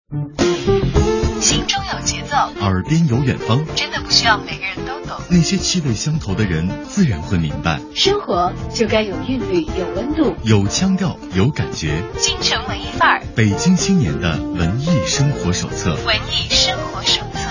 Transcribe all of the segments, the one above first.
心中有节奏， 耳边有远方， 真的不需要每个人都懂。 那些气味相投的人自然会明白， 生活就该有韵律，有温度， 有腔调，有感觉。 京城文艺范儿， 北京青年的文艺生活手册。 文艺生活手册。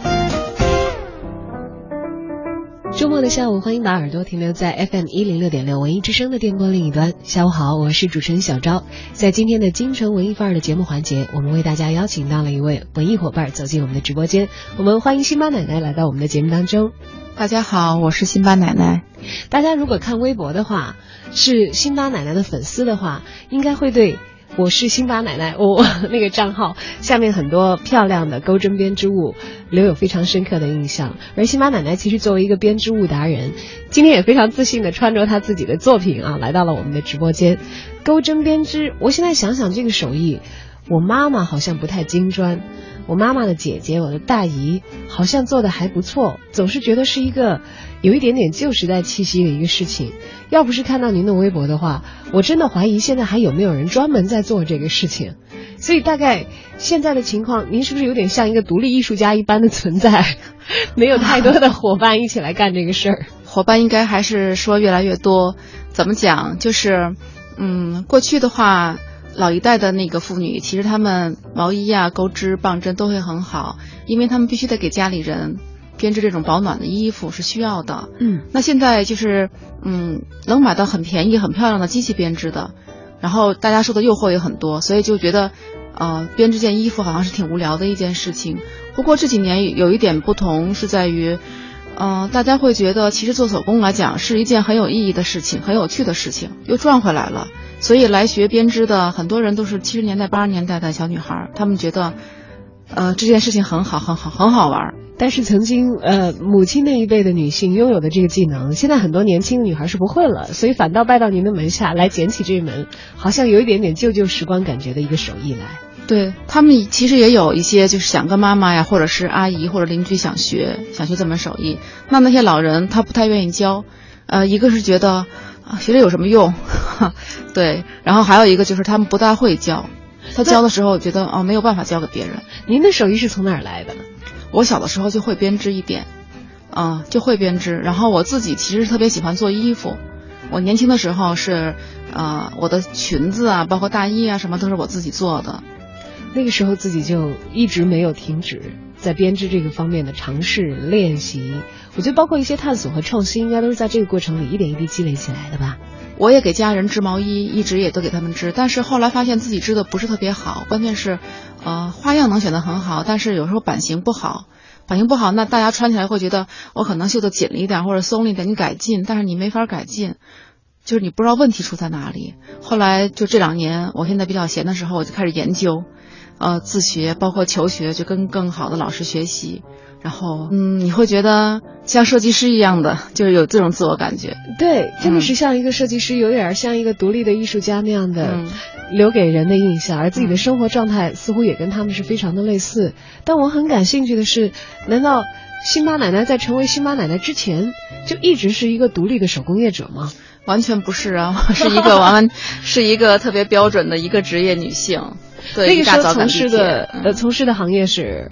周末的下午，欢迎把耳朵停留在 FM106.6文艺之声的电波另一端。下午好，我是主持人小昭。在今天的京城文艺范儿的节目环节，我们为大家邀请到了一位文艺伙伴走进我们的直播间。我们欢迎辛巴奶奶来到我们的节目当中。 大家好，我是辛巴奶奶。 大家如果看微博的话，是辛巴奶奶的粉丝的话，应该会对我是辛巴奶奶那个账号下面很多漂亮的钩针编织物留有非常深刻的印象。而辛巴奶奶其实作为一个编织物达人，今天也非常自信的穿着她自己的作品来到了我们的直播间。钩针编织，我现在想想这个手艺，我妈妈好像不太精专，我妈妈的姐姐，我的大姨好像做的还不错，总是觉得是一个有一点点旧时代气息的一个事情。要不是看到您的微博的话，我真的怀疑现在还有没有人专门在做这个事情。所以大概现在的情况，您是不是有点像一个独立艺术家一般的存在，没有太多的伙伴一起来干这个事儿？ 伙伴应该还是说越来越多。怎么讲，就是过去的话，老一代的那个妇女，其实她们毛衣啊、钩织、棒针都会很好，因为她们必须得给家里人编织这种保暖的衣服是需要的。那现在就是能买到很便宜、很漂亮的机器编织的，然后大家受的诱惑也很多，所以就觉得编织件衣服好像是挺无聊的一件事情。不过这几年有一点不同是在于大家会觉得其实做手工来讲是一件很有意义的事情，很有趣的事情，又赚回来了。所以来学编织的很多人都是70年代、80年代的小女孩，她们觉得这件事情很好，很好玩。 但是曾经母亲那一辈的女性拥有的这个技能，现在很多年轻的女孩是不会了，所以反倒拜到您的门下来捡起这门好像有一点点旧时光感觉的一个手艺来。 对，他们其实也有一些就是想跟妈妈呀，或者是阿姨或者邻居想学这门手艺，那些老人他不太愿意教，一个是觉得学这有什么用对，然后还有一个就是他们不大会教，他教的时候觉得没有办法教给别人。 您的手艺是从哪儿来的？ 我小的时候就会编织一点就会编织，然后我自己其实特别喜欢做衣服。我年轻的时候是我的裙子啊，包括大衣啊什么都是我自己做的。 那个时候自己就一直没有停止在编织这个方面的尝试练习，我觉得包括一些探索和创新应该都是在这个过程里一点一滴积累起来的吧。 我也给家人织毛衣，一直也都给他们织，但是后来发现自己织的不是特别好，关键是花样能选得很好，但是有时候版型不好，那大家穿起来会觉得我可能绣的紧了一点或者松了一点，你改进，但是你没法改进，就是你不知道问题出在哪里。后来就这2年，我现在比较闲的时候，我就开始研究自学，包括求学，就跟更好的老师学习。然后你会觉得像设计师一样的，就是有这种自我感觉。 对，真的是像一个设计师，有点像一个独立的艺术家那样的留给人的印象，而自己的生活状态似乎也跟他们是非常的类似。但我很感兴趣的是，难道辛巴奶奶在成为辛巴奶奶之前就一直是一个独立的手工业者吗？ 完全不是啊，我是一个特别标准的一个职业女性。对， 那个时候从事的行业是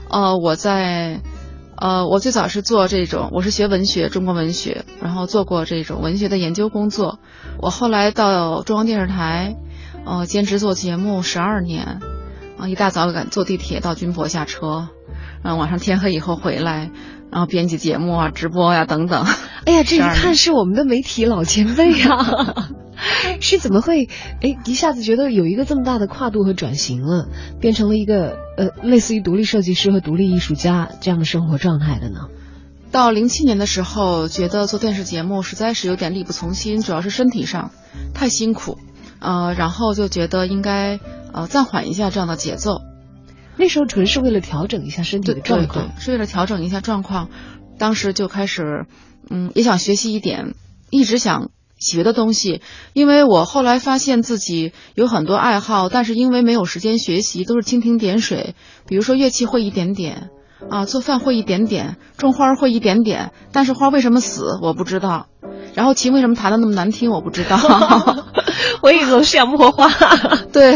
我最早是做这种，我是学文学，中国文学，然后做过这种文学的研究工作。我后来到中央电视台兼职做节目12年，一大早赶坐地铁到军博下车，然后晚上天黑以后回来，然后编辑节目啊、直播呀等等。 哎呀，这一看是我们的媒体老前辈啊是怎么会一下子觉得有一个这么大的跨度和转型了，变成了一个类似于独立设计师和独立艺术家这样的生活状态的呢？ 到07年的时候，觉得做电视节目实在是有点力不从心，主要是身体上太辛苦，然后就觉得应该暂缓一下这样的节奏。 那时候纯是为了调整一下身体的状况。 对，是为了调整一下状况。当时就开始也想学习一点一直想学的东西，因为我后来发现自己有很多爱好，但是因为没有时间学习，都是蜻蜓点水。比如说乐器会一点点做饭会一点点，种花会一点点，但是花为什么死我不知道，然后琴为什么弹得那么难听我不知道我也总想不活花对，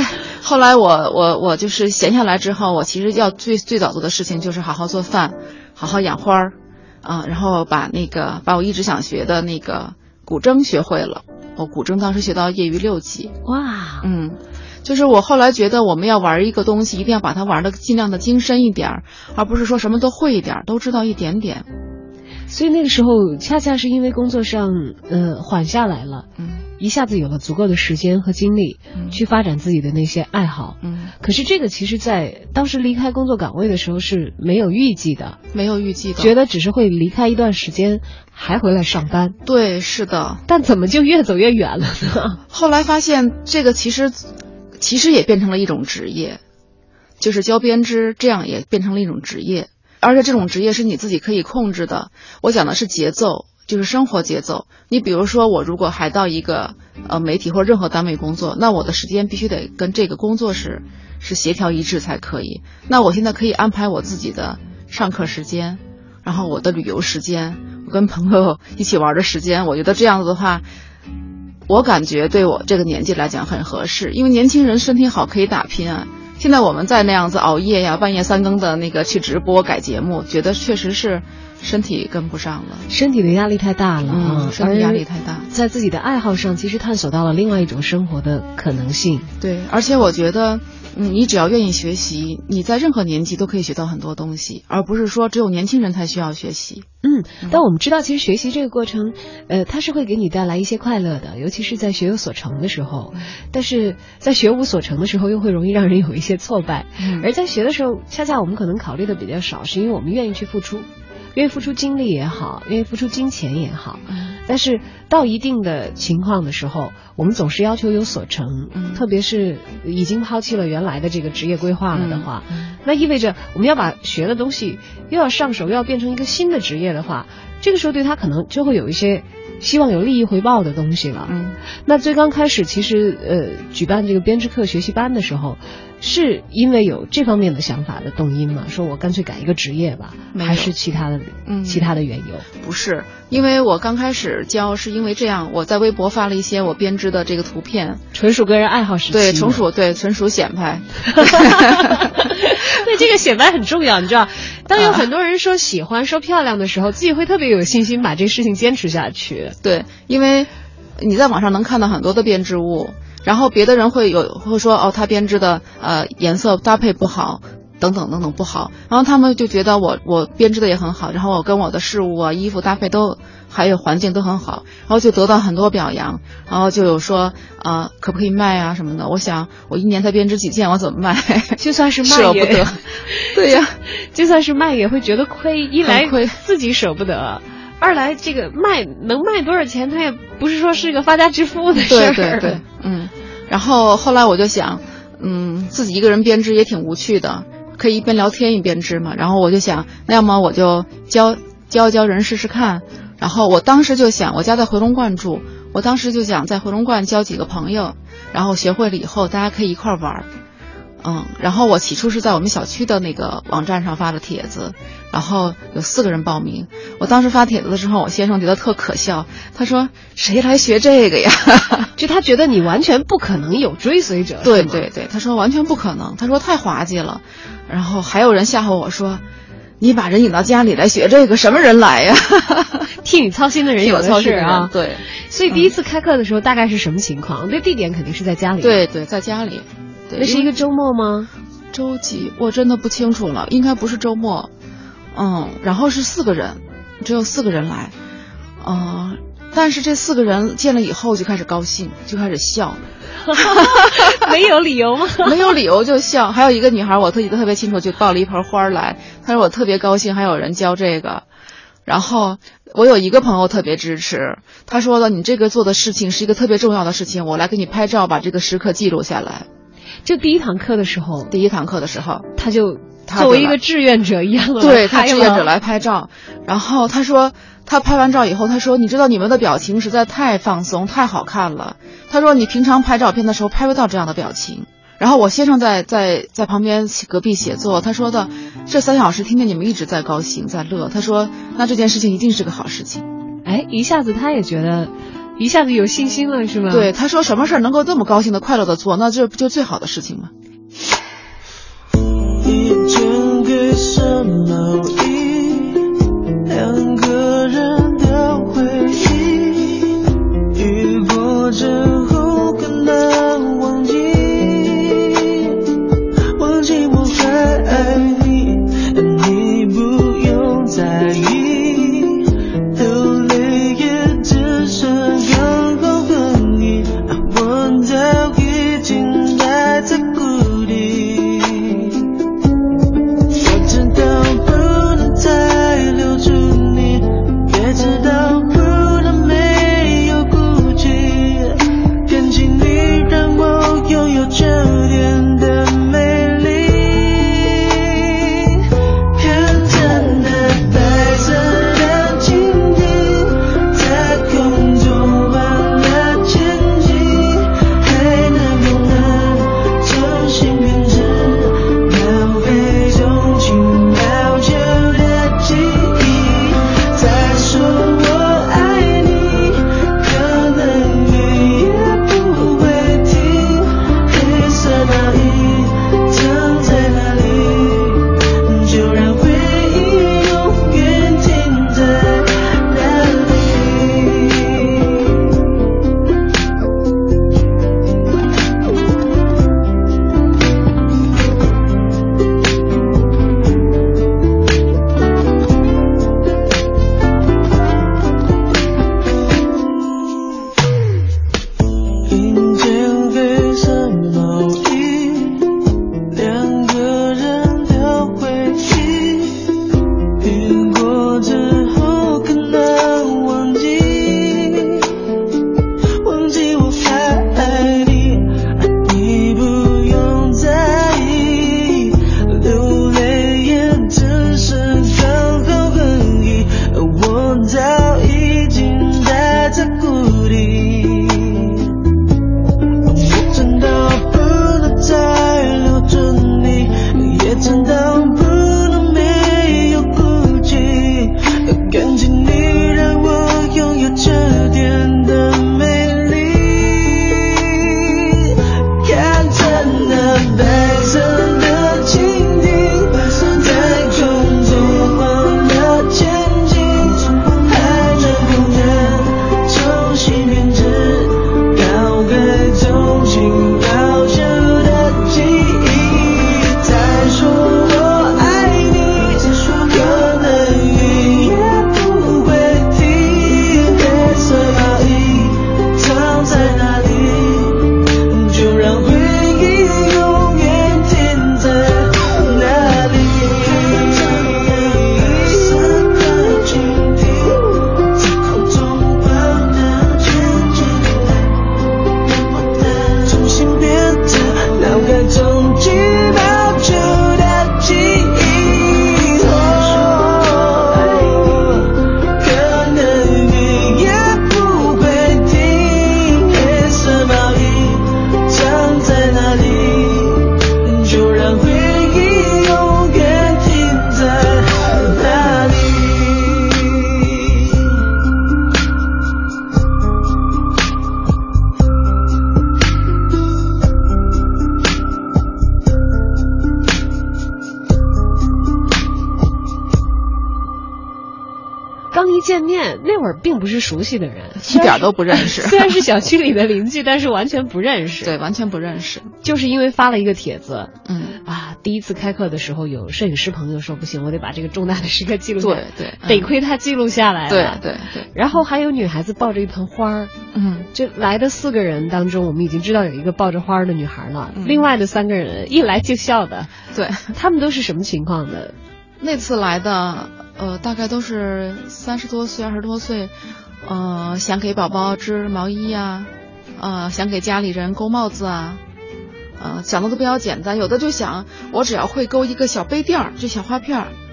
后来我就是闲下来之后，我其实要最早做的事情就是好好做饭，好好养花儿，然后把我一直想学的那个古筝学会了。我古筝当时学到业余6级。 哇， 就是我后来觉得我们要玩一个东西，一定要把它玩的尽量的精深一点，而不是说什么都会一点，都知道一点点。 所以那个时候恰恰是因为工作上缓下来了，一下子有了足够的时间和精力去发展自己的那些爱好。可是这个其实在当时离开工作岗位的时候是没有预计的，觉得只是会离开一段时间还回来上班。 对，是的。 但怎么就越走越远了呢？ 后来发现这个其实也变成了一种职业，就是教编织，这样也变成了一种职业。而且这种职业是你自己可以控制的。我讲的是节奏，就是生活节奏。你比如说，我如果还到一个媒体或者任何单位工作，那我的时间必须得跟这个工作是协调一致才可以。那我现在可以安排我自己的上课时间，然后我的旅游时间，我跟朋友一起玩的时间。我觉得这样子的话，我感觉对我这个年纪来讲很合适，因为年轻人身体好可以打拼啊。现在我们在那样子熬夜呀，半夜3更的去直播改节目，觉得确实是身体跟不上了， 身体的压力太大了， 身体压力太大。 在自己的爱好上，其实探索到了另外一种生活的可能性。 对，而且我觉得，你只要愿意学习，你在任何年纪都可以学到很多东西，而不是说只有年轻人才需要学习。 但我们知道，其实学习这个过程，它是会给你带来一些快乐的，尤其是在学有所成的时候。但是在学无所成的时候，又会容易让人有一些挫败。而在学的时候，恰恰我们可能考虑的比较少，是因为我们愿意去付出，愿意付出精力也好，愿意付出金钱也好。但是到一定的情况的时候，我们总是要求有所成，特别是已经抛弃了原来的这个职业规划了的话，那意味着我们要把学的东西又要上手，又要变成一个新的职业的话，这个时候对他可能就会有一些希望有利益回报的东西了。那最刚开始其实举办这个编织课学习班的时候，是因为有这方面的想法的动因吗？说我干脆改一个职业吧，还是其他的缘由？ 不是，因为我刚开始教是因为这样，我在微博发了一些我编织的这个图片， 纯属个人爱好时期。 对，纯属显摆。 对，这个显摆很重要，你知道，当有很多人说喜欢说漂亮的时候，自己会特别有信心把这事情坚持下去。 对，因为你在网上能看到很多的编织物，然后别的人会说他编织的颜色搭配不好，等等不好，然后他们就觉得我编织的也很好，然后我跟我的事物啊衣服搭配都还有环境都很好，然后就得到很多表扬，然后就有说可不可以卖啊什么的。我想我一年才编织几件，我怎么卖？ 就算是卖舍不得。对呀， 就算是卖也会觉得亏，一来自己舍不得，二来这个能卖多少钱，它也不是说是个发家致富的事儿。 对，然后后来我就想，自己一个人编织也挺无趣的，可以一边聊天一边织嘛。然后我就想，那要么我就教人试试看。然后我当时就想，我家在回龙观住，我当时就想在回龙观交几个朋友，然后学会了以后大家可以一块玩。然后我起初是在我们小区的那个网站上发的帖子，然后有4个人报名。我当时发帖子的时候，我先生觉得特可笑，他说谁来学这个呀？ 就他觉得你完全不可能有追随者。 对，他说完全不可能，他说太滑稽了。然后还有人吓唬我说，你把人引到家里来学这个，什么人来呀？ 替你操心的人有的是啊。 对， 所以第一次开课的时候大概是什么情况？这地点肯定是在家里。 对，在家里。 那是一个周末吗？ 周几我真的不清楚了，应该不是周末。然后是4个人，只有4个人来。但是这4个人见了以后就开始高兴，就开始笑。 没有理由吗？ 没有理由就笑。还有一个女孩我记得特别清楚，就抱了一盆花来，她说我特别高兴还有人教这个。然后我有一个朋友特别支持，他说了，你这个做的事情是一个特别重要的事情，我来给你拍照，把这个时刻记录下来。 就第一堂课的时候，他就作为一个志愿者一样的， 对，他志愿者来拍照。然后他说他拍完照以后，他说你知道你们的表情实在太放松太好看了，他说你平常拍照片的时候拍不到这样的表情。然后我先生在旁边隔壁写作，他说的这3小时听见你们一直在高兴在乐，他说那这件事情一定是个好事情。 一下子他也觉得一下子有信心了，是吗？ 对，他说什么事儿能够这么高兴的、快乐的做，那这不就最好的事情吗？ 一件给什么意？两个人的回忆，遇过之后更难忘记，忘记我还爱你，你不用在意，流泪也只是刚好而已，我早已经待在谷底。 见面那会儿并不是熟悉的人， 一点都不认识。 虽然是小区里的邻居，但是完全不认识。 对，完全不认识。 就是因为发了一个帖子，第一次开课的时候，有摄影师朋友说不行，我得把这个重大的时刻记录下来。 对， 得亏他记录下来了。 对。 然后还有女孩子抱着一盆花儿，就来的4个人当中，我们已经知道有一个抱着花儿的女孩了，另外的3个人一来就笑的。 对， 他们都是什么情况的？ 那次来的大概都是30多岁、20多岁，想给宝宝织毛衣啊，想给家里人勾帽子啊，想的都比较简单。有的就想我只要会勾一个小杯垫儿，就小花片儿，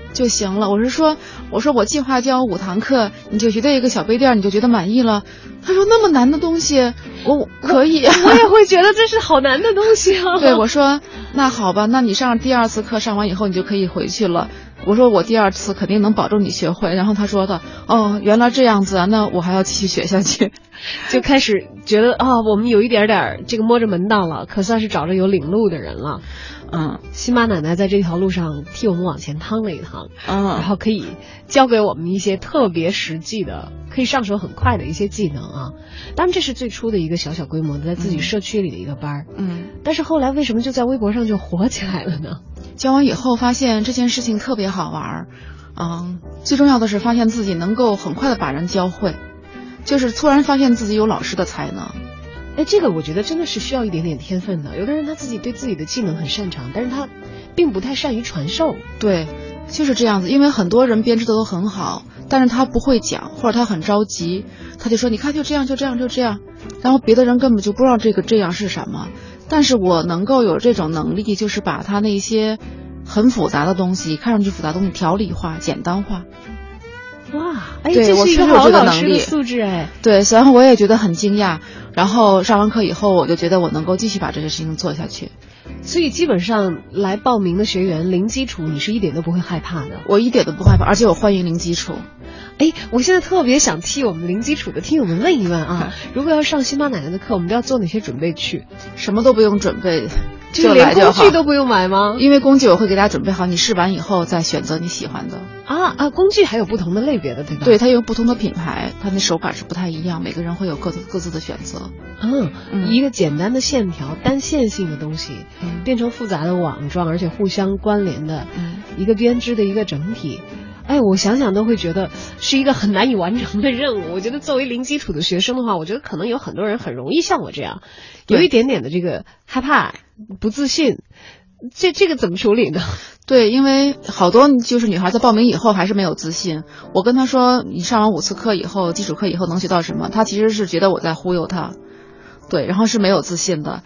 就行了。我说我计划教5堂课，你就觉得一个小杯垫你就觉得满意了。他说那么难的东西，我可以。 我也会觉得这是好难的东西啊。 对，我说那好吧，那你上第2次课上完以后你就可以回去了。我说我第2次肯定能保证你学会。然后他说的哦，原来这样子啊，那我还要继续学下去。 就开始觉得我们有一点点这个摸着门道了，可算是找着有领路的人了。辛巴奶奶在这条路上替我们往前趟了一趟，然后可以教给我们一些特别实际的，可以上手很快的一些技能啊。当然这是最初的一个小小规模的在自己社区里的一个班但是后来为什么就在微博上就火起来了呢？ 教完以后发现这件事情特别好玩，最重要的是发现自己能够很快的把人教会，就是突然发现自己有老师的才能。 这个我觉得真的是需要一点点天分的。有的人他自己对自己的技能很擅长，但是他并不太善于传授。 对，就是这样子。因为很多人编织的都很好，但是他不会讲，或者他很着急，他就说你看就这样就这样就这样，然后别的人根本就不知道这样是什么。但是我能够有这种能力，就是把他那些很复杂的东西，看上去复杂的东西条理化、简单化。 哇， 对， 这是一个好老师的素质对，然后我也觉得很惊讶。然后上完课以后，我就觉得我能够继续把这些事情做下去。 所以基本上来报名的学员零基础，你是一点都不会害怕的。 我一点都不害怕，而且我欢迎零基础。 我现在特别想替我们零基础的听友们问一问啊，如果要上辛巴奶奶的课，我们都要做哪些准备去？ 什么都不用准备， 就连工具都不用买吗？ 因为工具我会给大家准备好，你试完以后再选择你喜欢的。 工具还有不同的类别的，对吧？ 对，它有不同的品牌，它那手感是不太一样，每个人会有各自的选择。 一个简单的线条单线性的东西，变成复杂的网状，而且互相关联的一个编织的一个整体。我想想都会觉得是一个很难以完成的任务。我觉得作为零基础的学生的话，我觉得可能有很多人很容易像我这样，有一点点的这个害怕、不自信。这个怎么处理呢？ 对，因为好多就是女孩在报名以后还是没有自信。我跟她说，你上完5次课以后，基础课以后能学到什么？她其实是觉得我在忽悠她，对，然后是没有自信的。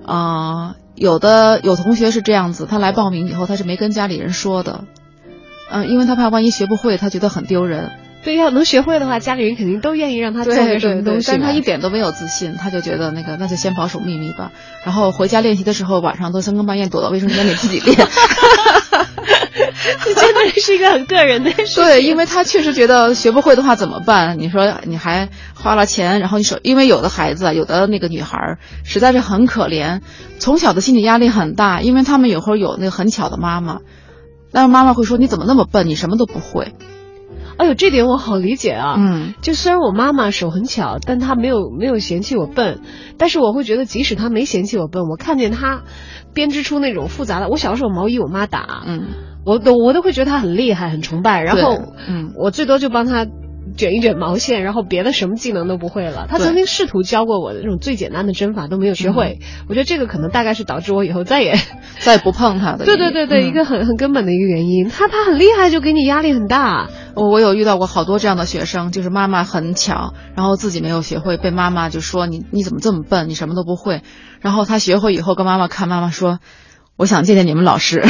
有同学是这样子，他来报名以后，他是没跟家里人说的。因为他怕万一学不会，他觉得很丢人。 对，要能学会的话，家里人肯定都愿意让他做点什么东西。 但是他一点都没有自信，他就觉得那就先保守秘密吧。然后回家练习的时候，晚上都3更半夜躲到卫生间里自己练。 这真的是一个很个人的事情。 对，因为他确实觉得学不会的话怎么办？你说你还花了钱，然后因为有的孩子，有的那个女孩实在是很可怜，从小的心理压力很大，因为他们有会有那个很巧的妈妈。但是妈妈会说你怎么那么笨，你什么都不会。 这点我好理解啊。就虽然我妈妈手很巧，但她没有嫌弃我笨，但是我会觉得即使她没嫌弃我笨，我看见她编织出那种复杂的，我小时候毛衣我妈打，我都会觉得她很厉害很崇拜，然后我最多就帮她卷一卷毛线，然后别的什么技能都不会了。他曾经试图教过我的这种最简单的针法都没有学会，我觉得这个可能大概是导致我以后再也不碰他的。 对，一个很根本的一个原因。他很厉害，就给你压力很大。 我有遇到过好多这样的学生，就是妈妈很巧，然后自己没有学会，被妈妈就说你怎么这么笨，你什么都不会。然后他学会以后跟妈妈看，妈妈说我想见见你们老师。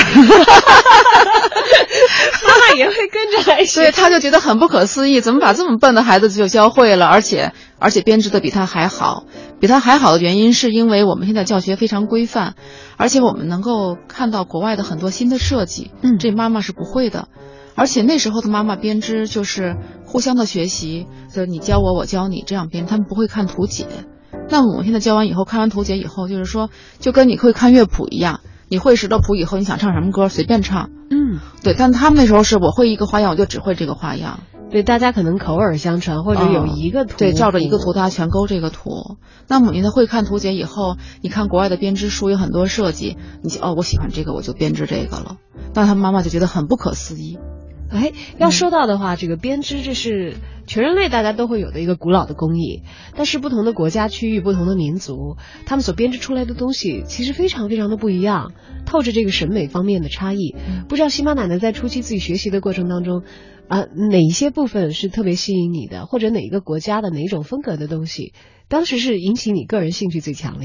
妈妈也会跟着来学， 所以他就觉得很不可思议，怎么把这么笨的孩子就教会了，而且编织的比他还好。比他还好的原因是因为我们现在教学非常规范，而且我们能够看到国外的很多新的设计，这妈妈是不会的。而且那时候的妈妈编织就是互相的学习，就是你教我，我教你，这样编，他们不会看图解。那么我们现在教完以后，看完图解以后，就是说就跟你会看乐谱一样，你会10道谱以后，你想唱什么歌随便唱。对，但他们那时候是我会一个花样，我就只会这个花样。 对，大家可能口耳相传，或者有一个图， 对，照着一个图大家全勾这个图。那么你在会看图解以后，你看国外的编织书有很多设计，你我喜欢这个，我就编织这个了。但他妈妈就觉得很不可思议。 要说到的话，这个编织这是全人类大家都会有的一个古老的工艺，但是不同的国家区域、不同的民族，他们所编织出来的东西其实非常非常的不一样，透着这个审美方面的差异。不知道辛巴奶奶在初期自己学习的过程当中哪一些部分是特别吸引你的，或者哪一个国家的哪一种风格的东西当时是引起你个人兴趣最强烈的？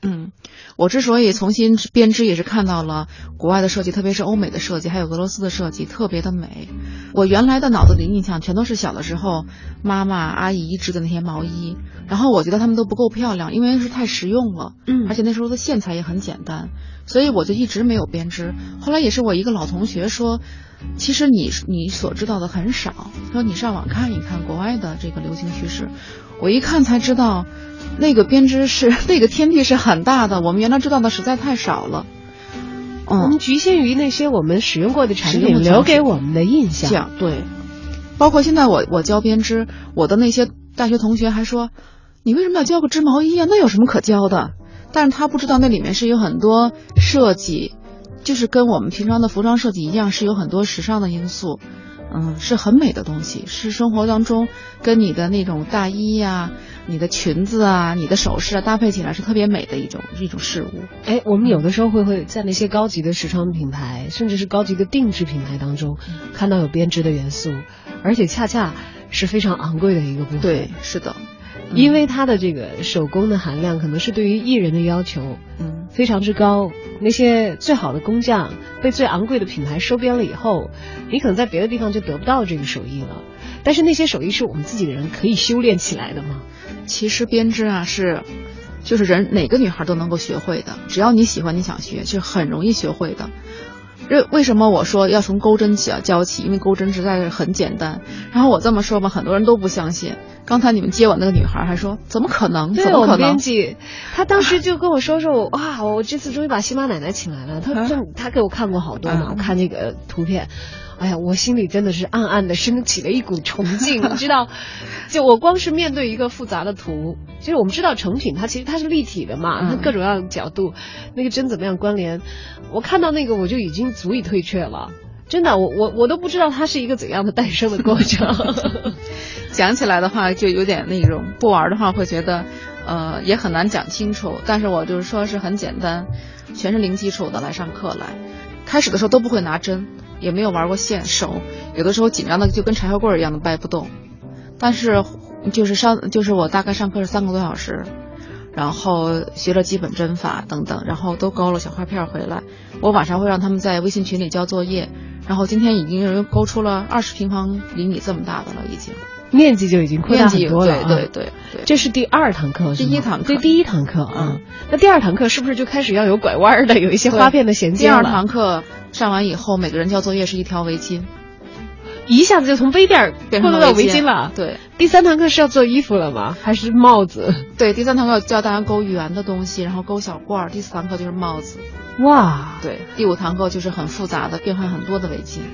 我之所以重新编织，也是看到了国外的设计，特别是欧美的设计，还有俄罗斯的设计，特别的美。我原来的脑子里印象全都是小的时候妈妈阿姨织的那些毛衣，然后我觉得它们都不够漂亮，因为是太实用了，而且那时候的线材也很简单，所以我就一直没有编织。后来也是我一个老同学说，其实你所知道的很少，说你上网看一看国外的这个流行趋势。我一看才知道，那个编织是那个天地是很大的，我们原来知道的实在太少了。 我们局限于那些我们使用过的产品留给我们的印象。 对，包括现在我教编织，我的那些大学同学还说，你为什么要教个织毛衣啊？那有什么可教的？但是他不知道那里面是有很多设计，就是跟我们平常的服装设计一样，是有很多时尚的因素。是很美的东西，是生活当中跟你的那种大衣呀、你的裙子啊、你的首饰啊搭配起来是特别美的一种事物。 我们有的时候会在那些高级的时装品牌，甚至是高级的定制品牌当中，看到有编织的元素，而且恰恰是非常昂贵的一个部分。 对，是的。 因为它的这个手工的含量可能是对于艺人的要求非常之高，那些最好的工匠被最昂贵的品牌收编了以后，你可能在别的地方就得不到这个手艺了。但是那些手艺是我们自己的人可以修炼起来的吗？ 其实编织啊就是人哪个女孩都能够学会的，只要你喜欢你想学，是很容易学会的。为什么我说要从钩针教起？因为钩针实在是很简单。然后我这么说吧，很多人都不相信。刚才你们接我那个女孩还说怎么可能？ 对，我们编辑她当时就跟我说哇，我这次终于把辛巴奶奶请来了。她给我看过好多嘛，我看那个图片。哎呀，我心里真的是暗暗的升起了一股崇敬，你知道，就我光是面对一个复杂的图，就是我们知道成品它其实它是立体的嘛，它各种各样的角度，那个针怎么样关联，我看到那个我就已经足以退却了，真的，我都不知道它是一个怎样的诞生的过程。 讲起来的话就有点那种，不玩的话会觉得也很难讲清楚，但是我就是说是很简单，全是零基础的来上课来。开始的时候都不会拿针，也没有玩过线，手有的时候紧张的就跟柴火棍一样的掰不动。但是就是我大概上课是3个多小时，然后学了基本针法等等，然后都勾了小花片回来。我晚上会让他们在微信群里交作业，然后今天已经勾出了20平方厘米这么大的了，已经面积就已经扩大很多了。 对， 这是第2堂课， 第1堂课， 对，第1堂课啊。那第2堂课是不是就开始要有拐弯的，有一些花片的衔接了？ 第2堂课上完以后，每个人交作业是一条围巾， 一下子就从杯垫变成到围巾了。 对。 第3堂课是要做衣服了吗？还是帽子？ 对，第3堂课教大家勾圆的东西，然后勾小罐。第4堂课就是帽子。 哇， 对，第5堂课就是很复杂的、变化很多的围巾。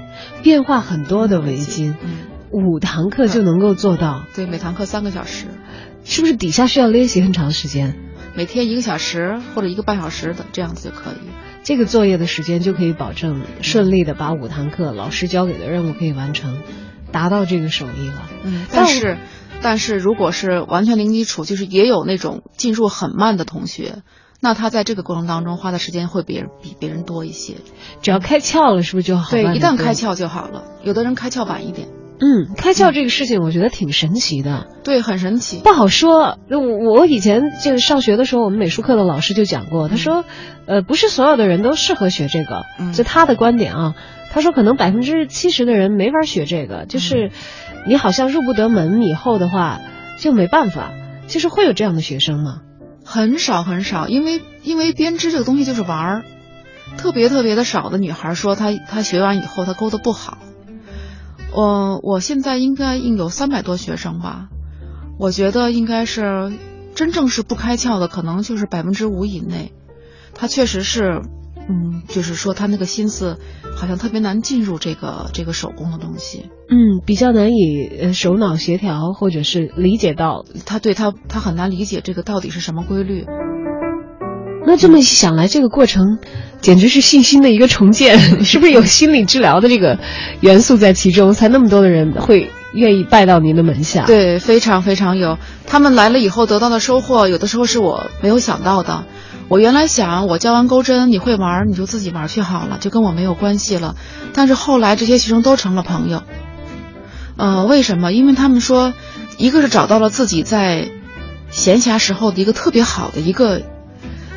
5堂课就能够做到。 对，每堂课3个小时。 是不是底下需要练习很长时间？ 每天1个小时或者1个半小时的，这样子就可以。 这个作业的时间就可以保证顺利的把5堂课老师交给的任务可以完成，达到这个手艺了。 但是如果是完全零基础，就是也有那种进入很慢的同学，那他在这个过程当中花的时间会比别人多一些。 只要开窍了，是不是就好？ 对，一旦开窍就好了。有的人开窍晚一点。 开窍这个事情我觉得挺神奇的。 对，很神奇。 不好说。我以前就上学的时候，我们美术课的老师就讲过，他说不是所有的人都适合学这个。就他的观点啊，他说可能70%的人没法学这个，就是你好像入不得门，以后的话就没办法。就是会有这样的学生吗？ 很少很少，因为编织这个东西就是玩儿，特别的少的女孩说她学完以后她勾得不好。我现在应该有300多学生吧，我觉得应该是真正是不开窍的，可能就是5%以内。他确实是，就是说他那个心思好像特别难进入这个手工的东西。 比较难以手脑协调，或者是理解到他很难理解这个到底是什么规律。 那这么想来，这个过程简直是信心的一个重建，是不是有心理治疗的这个元素在其中，才那么多的人会愿意拜到您的门下？ 对，非常非常有。他们来了以后得到的收获，有的时候是我没有想到的。我原来想，我教完钩针你会玩，你就自己玩去好了，就跟我没有关系了。但是后来这些学生都成了朋友。为什么？因为他们说，一个是找到了自己在闲暇时候的一个特别好的一个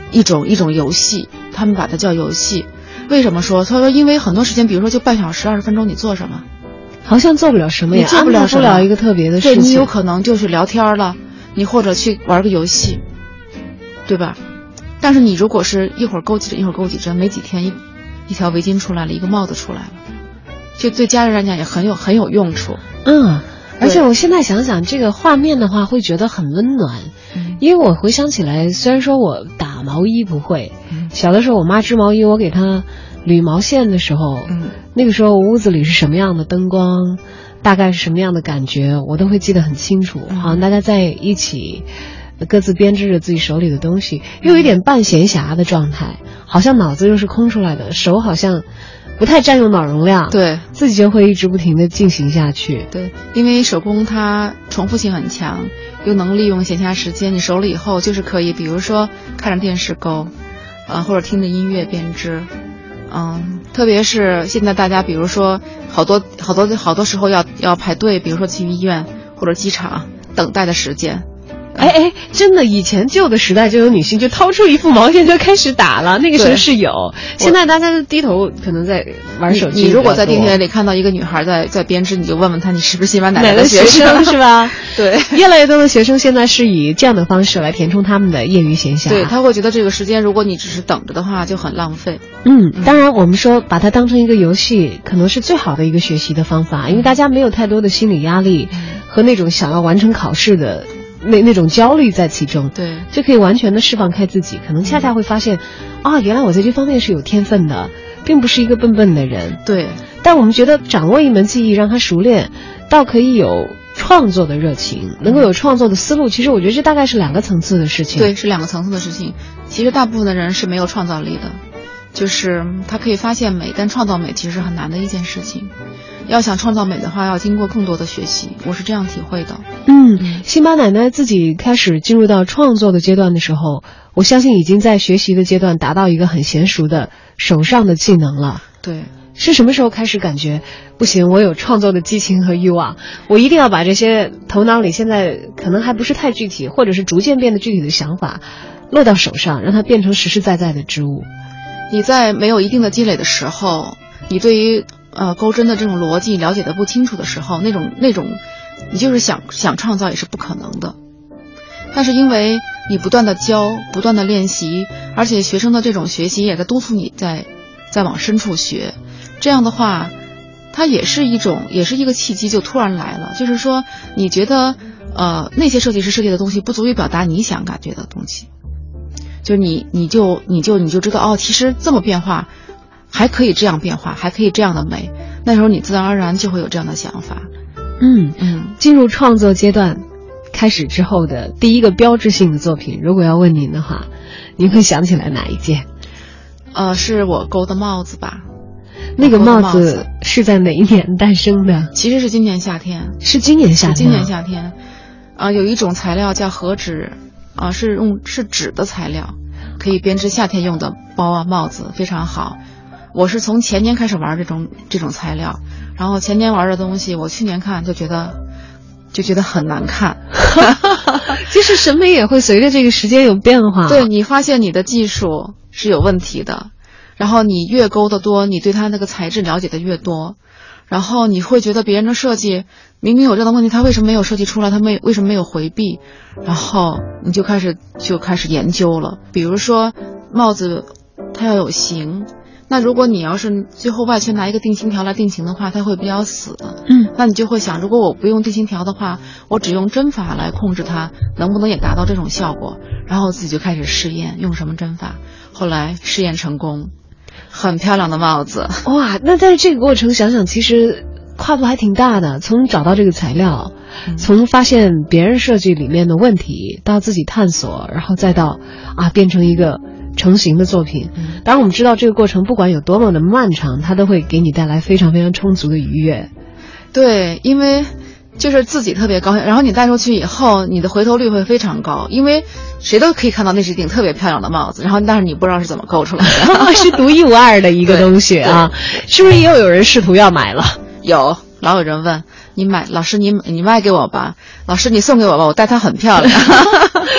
一种游戏，他们把它叫游戏。为什么说？他说因为很多时间，比如说就半小时、20分钟，你做什么？ 好像做不了什么， 你做不了什么， 安排不了一个特别的事情。 对，你有可能就是聊天了，你或者去玩个游戏，对吧？但是你如果是一会儿勾几针，一会儿勾几针，没几天一条围巾出来了，一个帽子出来了，就对家人来讲也很有用处。 而且我现在想想这个画面的话，会觉得很温暖。因为我回想起来，虽然说我打毛衣不会，小的时候我妈织毛衣，我给她捋毛线的时候，那个时候屋子里是什么样的灯光，大概是什么样的感觉，我都会记得很清楚。好像大家在一起各自编织着自己手里的东西，又有一点半闲暇的状态，好像脑子又是空出来的，手好像不太占用脑容量， 对， 自己就会一直不停地进行下去。 对，因为手工它重复性很强，又能利用闲暇时间，你熟了以后就是可以，比如说看着电视勾，或者听着音乐编织。特别是现在大家比如说好多时候要排队，比如说去医院或者机场等待的时间。 真的，以前旧的时代就有女性就掏出一副毛线就开始打了，那个时候是有。现在大家就低头可能在玩手机。 你如果在地铁里看到一个女孩在编织，你就问问她你是不是辛巴奶奶的学生是吧？ 对， 越来越多的学生现在是以这样的方式来填充他们的业余闲暇。 对，他会觉得这个时间如果你只是等着的话就很浪费。 当然我们说把它当成一个游戏可能是最好的一个学习的方法，因为大家没有太多的心理压力和那种想要完成考试的那种焦虑在其中， 对， 就可以完全的释放开自己，可能恰恰会发现，原来我在这方面是有天分的，并不是一个笨笨的人。 对， 但我们觉得掌握一门技艺，让它熟练，倒可以有创作的热情，能够有创作的思路。其实我觉得这大概是2个层次的事情。 对，是2个层次的事情。其实大部分的人是没有创造力的，就是他可以发现美，但创造美其实是很难的一件事情。要想创造美的话，要经过更多的学习，我是这样体会的。 辛巴奶奶自己开始进入到创作的阶段的时候，我相信已经在学习的阶段达到一个很娴熟的手上的技能了。 对， 是什么时候开始感觉不行，我有创作的激情和欲望，我一定要把这些头脑里现在可能还不是太具体，或者是逐渐变得具体的想法落到手上，让它变成实实在在的织物。 你在没有一定的积累的时候，你对于钩针的这种逻辑了解的不清楚的时候，那种你就是想创造也是不可能的。但是因为你不断的教，不断的练习，而且学生的这种学习也在督促你在往深处学，这样的话它也是一个契机，就突然来了。就是说你觉得那些设计师设计的东西不足以表达你想感觉的东西，就是你就知道其实这么变化还可以这样变化，还可以这样的美，那时候你自然而然就会有这样的想法。 进入创作阶段开始之后的第一个标志性的作品，如果要问您的话，您会想起来哪一件？ 是我勾的帽子吧。 那个帽子是在哪一年诞生的？ 其实是今年夏天。 是今年夏天。 今年夏天。有一种材料叫和纸，是纸的材料，可以编织夏天用的包啊帽子，非常好。我是从前年开始玩这种材料，然后前年玩的东西，我去年看就觉得很难看。 其实审美也会随着这个时间有变化。 对，你发现你的技术是有问题的，然后你越勾得多，你对它那个材质了解的越多，然后你会觉得别人的设计明明有这样的问题，他为什么没有设计出来，他为什么没有回避，然后你就开始研究了。比如说帽子它要有型，那如果你要是最后外圈拿一个定型条来定型的话，它会比较死的。那你就会想，如果我不用定型条的话，我只用针法来控制它，能不能也达到这种效果？然后自己就开始试验用什么针法，后来试验成功，很漂亮的帽子。 哇，那在这个过程想想，其实跨度还挺大的，从找到这个材料，从发现别人设计里面的问题，到自己探索，然后再到变成一个成型的作品。当然我们知道这个过程不管有多么的漫长，它都会给你带来非常非常充足的愉悦。 对，因为就是自己特别高兴，然后你戴出去以后，你的回头率会非常高，因为谁都可以看到那是一顶特别漂亮的帽子，然后但是你不知道是怎么勾出来的。 是独一无二的一个东西啊。是不是也有人试图要买了？ 老有人问你买，老师你卖给我吧，老师你送给我吧，我戴它很漂亮。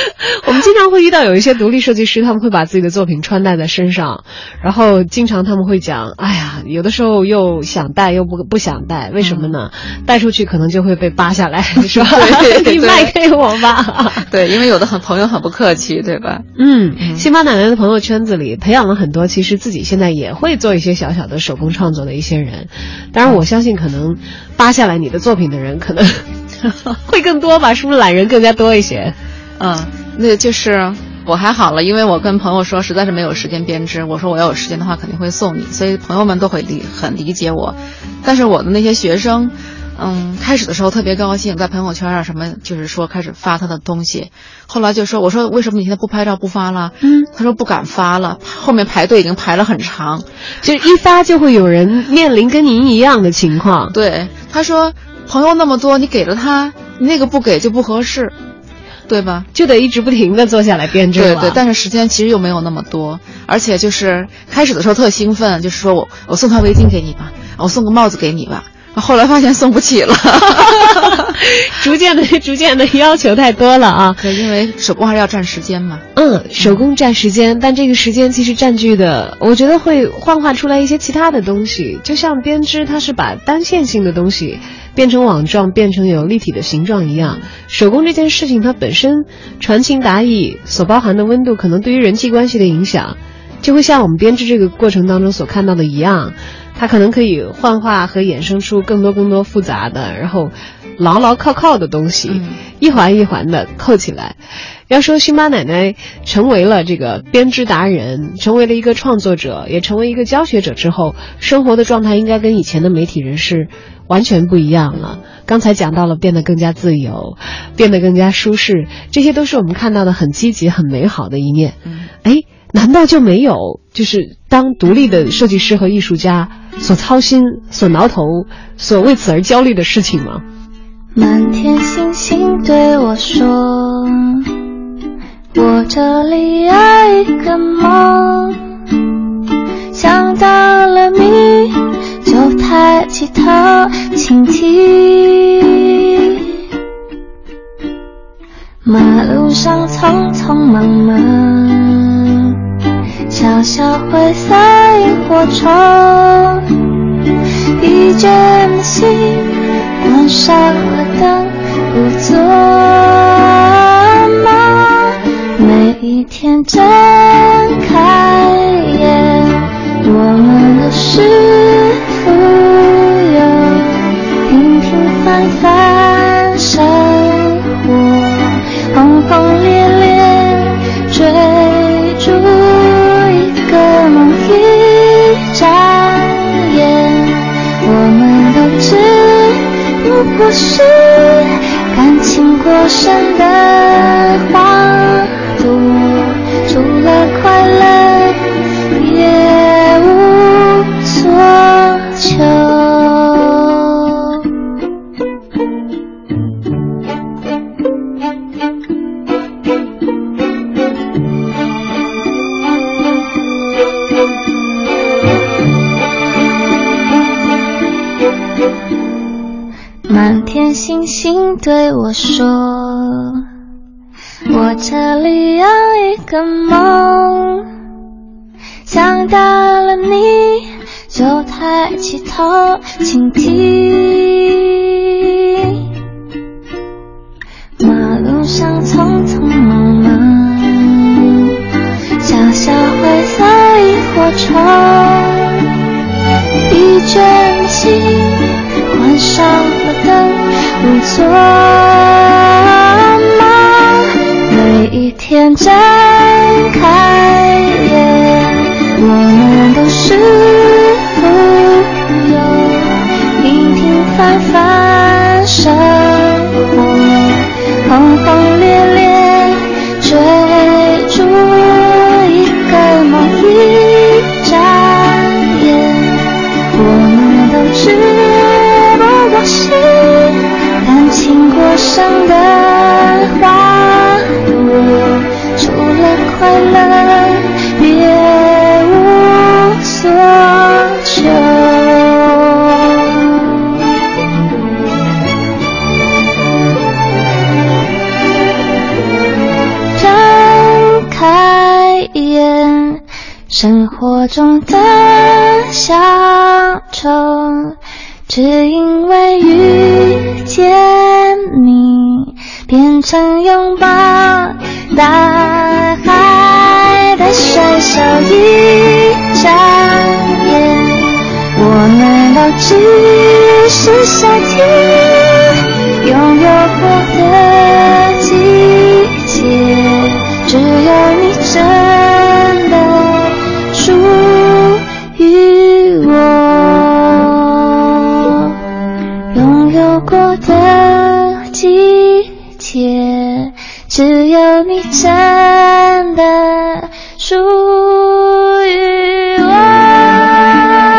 我们经常会遇到有一些独立设计师，他们会把自己的作品穿戴在身上，然后经常他们会讲，哎呀，有的时候又想戴又不想戴，为什么呢？戴出去可能就会被扒下来，是吧？你卖给我吧。 对，因为有的朋友很不客气，对吧？ 辛巴奶奶的朋友圈子里培养了很多其实自己现在也会做一些小小的手工创作的一些人，当然我相信可能扒下来你的作品的人可能会更多吧，是不是懒人更加多一些？ 那就是我还好了，因为我跟朋友说实在是没有时间编织，我说我要有时间的话肯定会送你，所以朋友们都会很理解我。但是我的那些学生开始的时候特别高兴，在朋友圈啊什么就是说开始发他的东西，后来就说我说为什么你现在不拍照不发了？他说不敢发了，后面排队已经排了很长， 就是一发就会有人面临跟您一样的情况。 对，他说朋友那么多，你给了他，你那个不给就不合适，对吧？ 就得一直不停的坐下来编织了。 对，但是时间其实又没有那么多，而且就是开始的时候特兴奋，就是说我送条围巾给你吧，我送个帽子给你吧，后来发现送不起了。 逐渐的要求太多了啊。 对，因为手工还是要占时间嘛。 手工占时间，但这个时间其实占据的，我觉得会幻化出来一些其他的东西。就像编织，它是把单线性的东西变成网状，变成有立体的形状一样。手工这件事情，它本身传情达意所包含的温度，可能对于人际关系的影响，就会像我们编织这个过程当中所看到的一样。它可能可以幻化和衍生出更多复杂的，然后牢牢靠的东西，一环一环的扣起来。要说辛巴奶奶成为了这个编织达人，成为了一个创作者，也成为一个教学者之后，生活的状态应该跟以前的媒体人是完全不一样了。刚才讲到了变得更加自由，变得更加舒适，这些都是我们看到的很积极很美好的一面。难道就没有就是当独立的设计师和艺术家所操心、所挠头、所为此而焦虑的事情吗？ 满天星星对我说，我这里有一个梦，想到了你就抬起头倾听，马路上匆匆忙忙，小小灰色萤火虫，疲倦的心关上了灯，不做梦。每一天睁开眼，我们都是富有，平平凡凡生活，轰轰烈烈追逐一个梦，一眨眼，我们都只不过是感情过剩的花朵，除了快乐别无所求。满天星星对我说，我这里有一个梦，想到了你就抬起头倾听，马路上匆匆忙忙，小小灰色萤火虫，疲倦的心关上了灯，不做梦。每一天睁开眼，我们都是富有，平平凡凡生活，轰轰烈烈追逐一个梦，一眨眼，我们都只不过是感情过剩的花朵，除了快乐别无所求。 中的乡愁，只因为遇见你，变成拥抱大海的甩手一眨眼，我难道只是夏天拥有过的季节？只有你真的属于我，拥有过的季节，只有你真的属于我。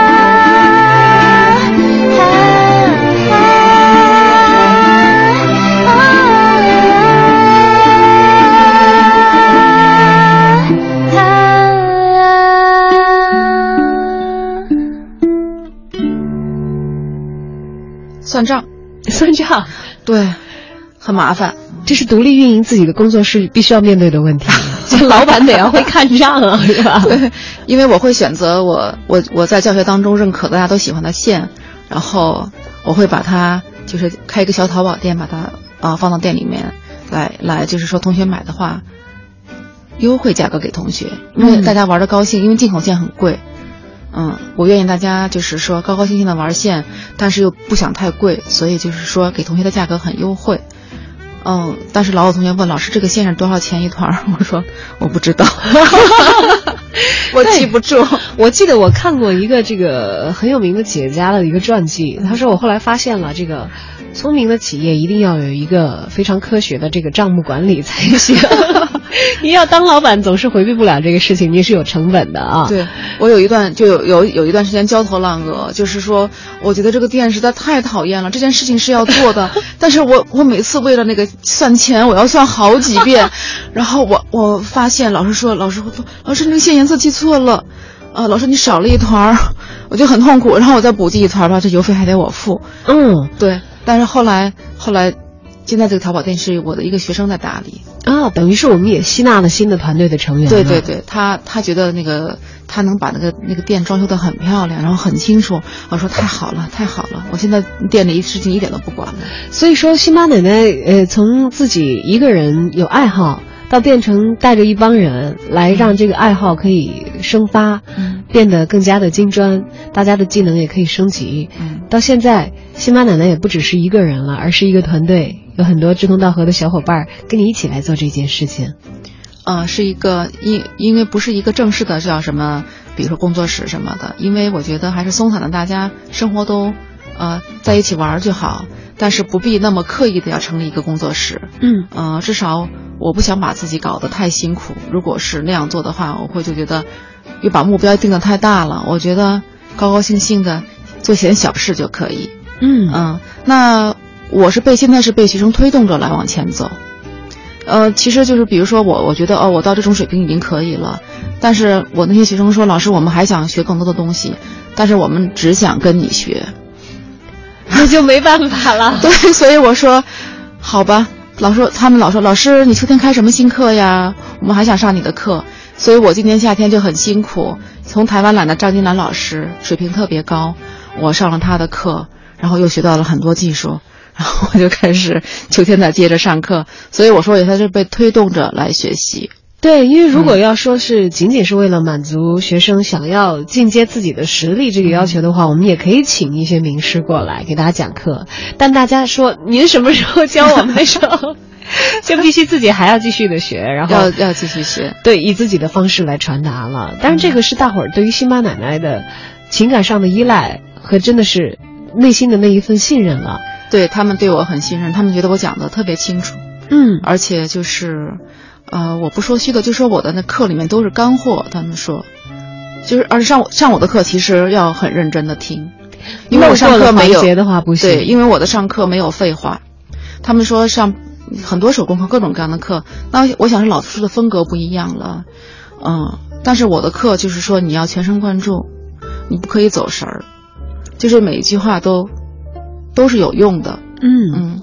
算账， 算账， 对，很麻烦。 这是独立运营自己的工作室必须要面对的问题。这老板得要会看账啊，是吧？ 对，因为我会选择我在教学当中认可的大家都喜欢的线，然后我会把它就是开一个小淘宝店，把它放到店里面来，就是说同学买的话，优惠价格给同学，因为大家玩的高兴，因为进口线很贵。我愿意大家就是说高高兴兴的玩线，但是又不想太贵，所以就是说给同学的价格很优惠。但是老有同学问老师这个线是多少钱一团，我说我不知道，我记不住。 我记得我看过一个这个很有名的企业家的一个传记，他说我后来发现了这个聪明的企业一定要有一个非常科学的这个账目管理才行。你要当老板总是回避不了这个事情，你是有成本的啊。 对，我有一段时间焦头烂额，就是说我觉得这个店实在太讨厌了，这件事情是要做的，但是我每次为了那个算钱，我要算好几遍，然后我发现老师那个线颜色记错了，老师你少了一团，我就很痛苦，然后我再补记一团吧，这邮费还得我付。对，但是后来现在这个淘宝店是我的一个学生在打理啊，等于是我们也吸纳了新的团队的成员。 对对对，他觉得那个他能把那个店装修得很漂亮，然后很清楚。我说太好了，我现在店里事情一点都不管了。 所以说，辛巴奶奶从自己一个人有爱好，到变成带着一帮人来让这个爱好可以生发，变得更加的精专，大家的技能也可以升级。到现在，辛巴奶奶也不只是一个人了，而是一个团队，有很多志同道合的小伙伴跟你一起来做这件事情。 是一个因为不是一个正式的叫什么，比如说工作室什么的，因为我觉得还是松散的，大家生活都在一起玩就好，但是不必那么刻意的要成立一个工作室。至少我不想把自己搞得太辛苦，如果是那样做的话，我会就觉得又把目标定得太大了，我觉得高高兴兴的做些小事就可以。那我现在是被学生推动着来往前走。其实就是比如说我觉得我到这种水平已经可以了，但是我那些学生说老师我们还想学更多的东西，但是我们只想跟你学， 那就没办法了。 对，所以我说好吧，他们老说老师你秋天开什么新课呀，我们还想上你的课。所以我今年夏天就很辛苦，从台湾来的张金兰老师水平特别高，我上了他的课，然后又学到了很多技术，然后我就开始秋天再接着上课。所以我说也算是被推动着来学习。 对，因为如果要说是仅仅是为了满足学生想要进阶自己的实力这个要求的话，我们也可以请一些名师过来给大家讲课，但大家说您什么时候教我们的时候就必须自己还要继续的学，然后要继续学， 对，以自己的方式来传达了。当然这个是大伙儿对于辛巴奶奶的情感上的依赖和真的是内心的那一份信任了。 对，他们对我很信任，他们觉得我讲的特别清楚。而且就是我不说虚的，就说我的那课里面都是干货，他们说就是而且上我的课其实要很认真的听，因为我上课没有的话不行。 对，因为我的上课没有废话。他们说上很多手工课各种各样的课，那我想是老师的风格不一样了。但是我的课就是说你要全神贯注，你不可以走神儿，就是每一句话都是有用的。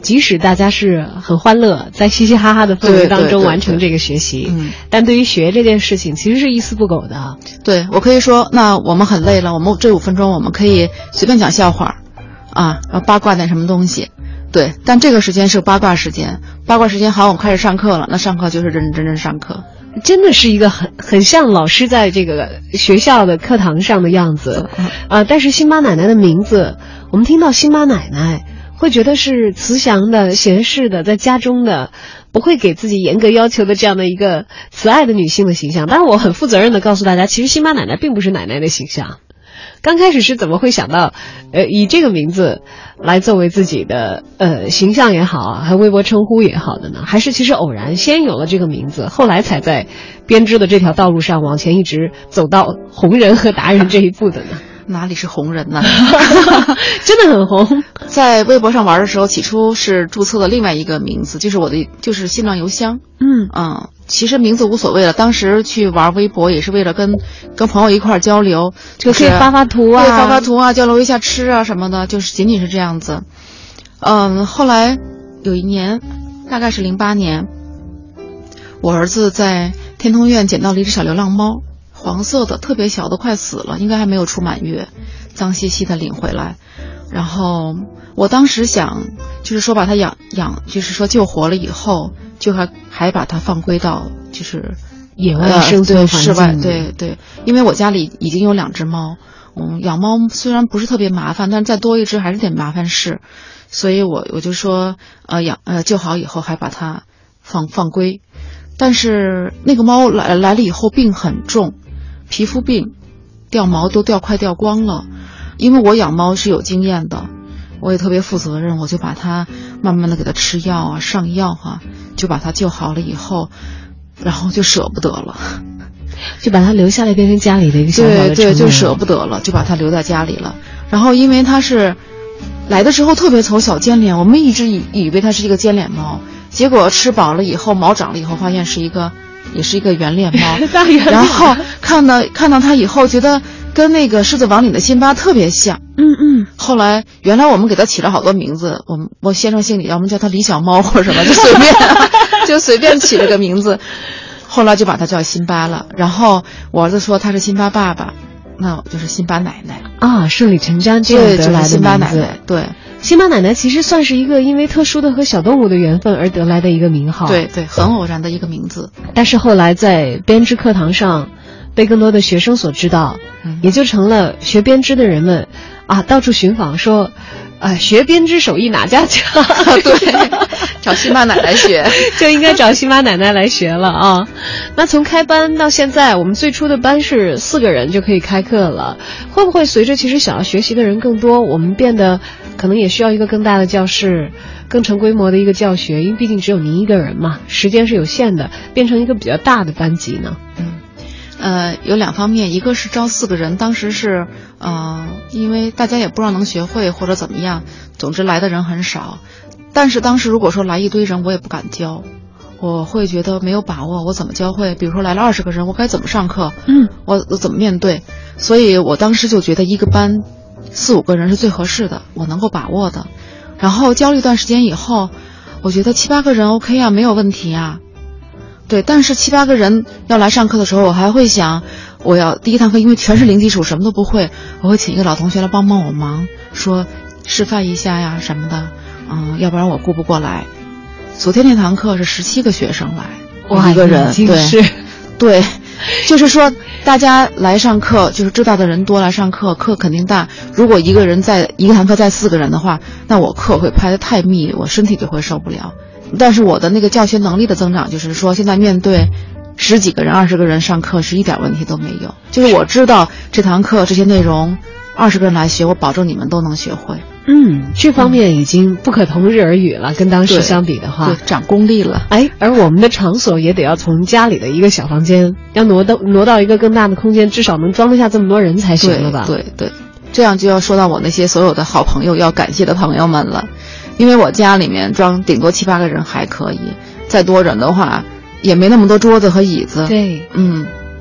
即使大家是很欢乐，在嘻嘻哈哈的氛围当中完成这个学习，但对于学这件事情其实是一丝不苟的。 对，我可以说，那我们很累了，我们这5分钟我们可以随便讲笑话，啊，八卦点什么东西。对，但这个时间是八卦时间，八卦时间好，我们开始上课了，那上课就是认认真真上课。 真的是一个很像老师在这个学校的课堂上的样子，但是辛巴奶奶的名字，我们听到辛巴奶奶会觉得是慈祥的、闲适的，在家中的，不会给自己严格要求的这样的一个慈爱的女性的形象。但是我很负责任的告诉大家，其实辛巴奶奶并不是奶奶的形象。刚开始是怎么会想到以这个名字来作为自己的形象也好啊，还微博称呼也好的呢？还是其实偶然先有了这个名字，后来才在编织的这条道路上往前一直走到红人和达人这一步的呢？ 哪里是红人呢？ 真的很红。 在微博上玩的时候，起初是注册的另外一个名字，就是新浪邮箱。其实名字无所谓了，当时去玩微博也是为了跟朋友一块儿交流，就是可以发发图啊， 对，发发图啊，交流一下吃啊什么的，就是仅仅是这样子。后来有一年，大概是08年，我儿子在天通苑捡到了一只小流浪猫，黄色的，特别小的，快死了，应该还没有出满月，脏兮兮的领回来。然后我当时想，就是说把它养，就是说救活了以后，就还把它放归到就是野外生存环境， 室外，对，因为我家里已经有2只猫，养猫虽然不是特别麻烦，但是再多一只还是点麻烦事，所以我就说救好以后还把它放归。但是那个猫来了以后病很重，皮肤病，掉毛都快掉光了。因为我养猫是有经验的，我也特别负责任，我就把它慢慢的给它吃药啊，上药啊，就把它救好了以后，然后就舍不得了， 就把它留下来变成家里的一个小小的宠物。 对，就舍不得了，就把它留在家里了。然后因为它是来的时候特别丑，小尖脸，我们一直以为它是一个尖脸猫，结果吃饱了以后，毛长了以后，发现也是一个圆脸猫。然后看到它以后，觉得跟那个《狮子王》里的辛巴特别像。后来原来我们给它起了好多名字，我先生姓李，要么叫它李小猫或者什么，就随便起了个名字。后来就把它叫辛巴了。然后我儿子说他是辛巴爸爸，那我就是辛巴奶奶啊，顺理成章这样得来的名字。 辛巴奶奶，对。 辛巴奶奶其实算是一个因为特殊的和小动物的缘分而得来的一个名号。 对，很偶然的一个名字。 但是后来在编织课堂上被更多的学生所知道，也就成了学编织的人们到处寻访说学编织手艺哪家强？ 对，找辛巴奶奶学， 就应该找辛巴奶奶来学了啊。那从开班到现在，我们最初的班是4个人就可以开课了。会不会随着其实想要学习的人更多，我们变得可能也需要一个更大的教室，更成规模的一个教学？因为毕竟只有您一个人嘛，时间是有限的，变成一个比较大的班级呢？ 有2方面，一个是招4个人，当时是因为大家也不知道能学会或者怎么样，总之来的人很少。但是当时如果说来一堆人，我也不敢教，我会觉得没有把握，我怎么教会？比如说来了20个人，我该怎么上课？我怎么面对？所以我当时就觉得一个班4、5个人是最合适的，我能够把握的。然后教了一段时间以后，我觉得7、8个人 OK 啊，没有问题啊。对，但是7、8个人要来上课的时候，我还会想，我要第一堂课，因为全是零基础，什么都不会，我会请一个老同学来帮我忙，说示范一下呀什么的，要不然我顾不过来。昨天那堂课是17个学生来，一个人，对，就是说大家来上课，就是知道的人多来上课，课肯定大。如果一个人在一堂课在4个人的话，那我课会排得太密，我身体就会受不了。但是我的那个教学能力的增长，就是说现在面对10几个人、20个人上课是一点问题都没有。就是我知道这堂课这些内容，20个人来学，我保证你们都能学会。 这方面已经不可同日而语了，跟当时相比的话， 对，长功力了。 而我们的场所也得要从家里的一个小房间，要挪到一个更大的空间，至少能装得下这么多人才行了吧？ 对，这样就要说到我那些所有的好朋友，要感谢的朋友们了。因为我家里面装顶多7、8个人还可以，再多人的话也没那么多桌子和椅子。 对，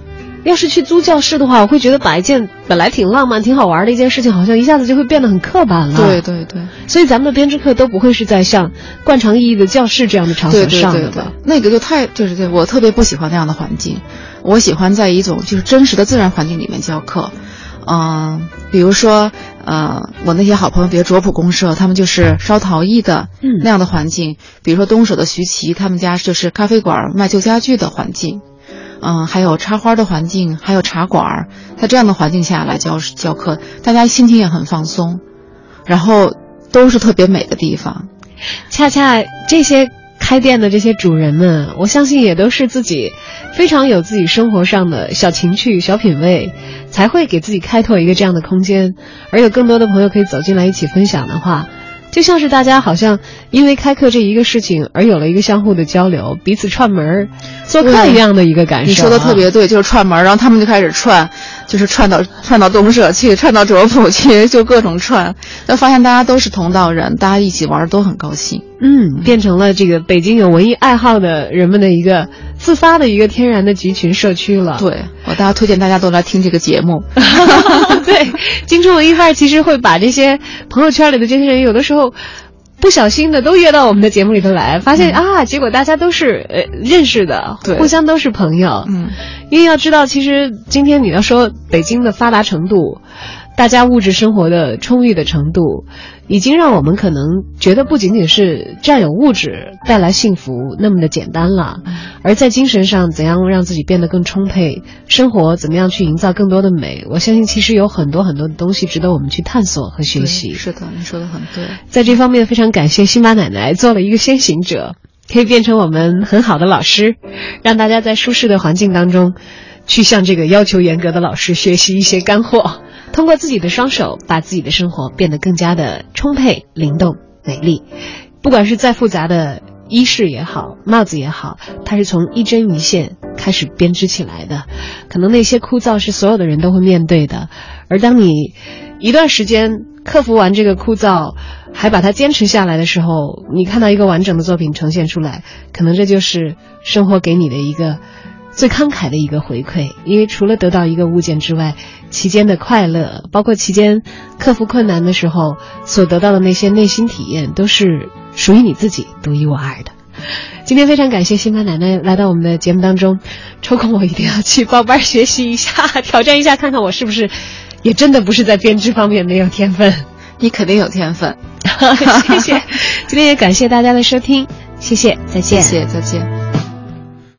要是去租教室的话，我会觉得把一件本来挺浪漫、挺好玩的一件事情，好像一下子就会变得很刻板了。 对对对， 所以咱们的编织课都不会是在像惯常意义的教室这样的场所上的吧？ 对对对对，那个就太就是对我特别不喜欢那样的环境，我喜欢在一种就是真实的自然环境里面教课。比如说我那些好朋友，比如卓普公社，他们就是烧陶艺的那样的环境。比如说东首的徐琦，他们家就是咖啡馆卖旧家具的环境。还有插花的环境，还有茶馆，在这样的环境下来教课，大家心情也很放松，然后都是特别美的地方。 恰恰这些开店的这些主人们，我相信也都是自己非常有自己生活上的小情趣、小品味，才会给自己开拓一个这样的空间，而有更多的朋友可以走进来一起分享的话，就像是大家好像因为开课这一个事情而有了一个相互的交流，彼此串门做客一样的一个感受。 你说的特别对，就是串门，然后他们就开始串，就是串到东社去，串到卓普去，就各种串，就发现大家都是同道人，大家一起玩都很高兴。 变成了这个北京有文艺爱好的人们的一个自发的一个天然的集群社区了。 对，我大家推荐大家都来听这个节目。 对，京城文艺范儿其实会把这些朋友圈里的这些人，有的时候不小心的都约到我们的节目里头来，发现结果大家都是认识的，互相都是朋友。因为要知道，其实今天你要说北京的发达程度，大家物质生活的充裕的程度，已经让我们可能觉得不仅仅是占有物质带来幸福那么的简单了，而在精神上怎样让自己变得更充沛，生活怎么样去营造更多的美，我相信其实有很多很多的东西值得我们去探索和学习。 是的，你说的很对。 在这方面非常感谢辛巴奶奶做了一个先行者，可以变成我们很好的老师，让大家在舒适的环境当中去向这个要求严格的老师学习一些干货，通过自己的双手把自己的生活变得更加的充沛、灵动、美丽。不管是再复杂的衣饰也好，帽子也好，它是从一针一线开始编织起来的。可能那些枯燥是所有的人都会面对的，而当你一段时间克服完这个枯燥，还把它坚持下来的时候，你看到一个完整的作品呈现出来，可能这就是生活给你的一个最慷慨的一个回馈。因为除了得到一个物件之外，期间的快乐，包括期间克服困难的时候所得到的那些内心体验，都是属于你自己独一无二的。今天非常感谢辛巴奶奶来到我们的节目当中，抽空我一定要去报班学习一下，挑战一下，看看我是不是也真的不是在编织方面没有天分。 你肯定有天分。 谢谢。今天也感谢大家的收听，谢谢，再见。 谢谢，再见。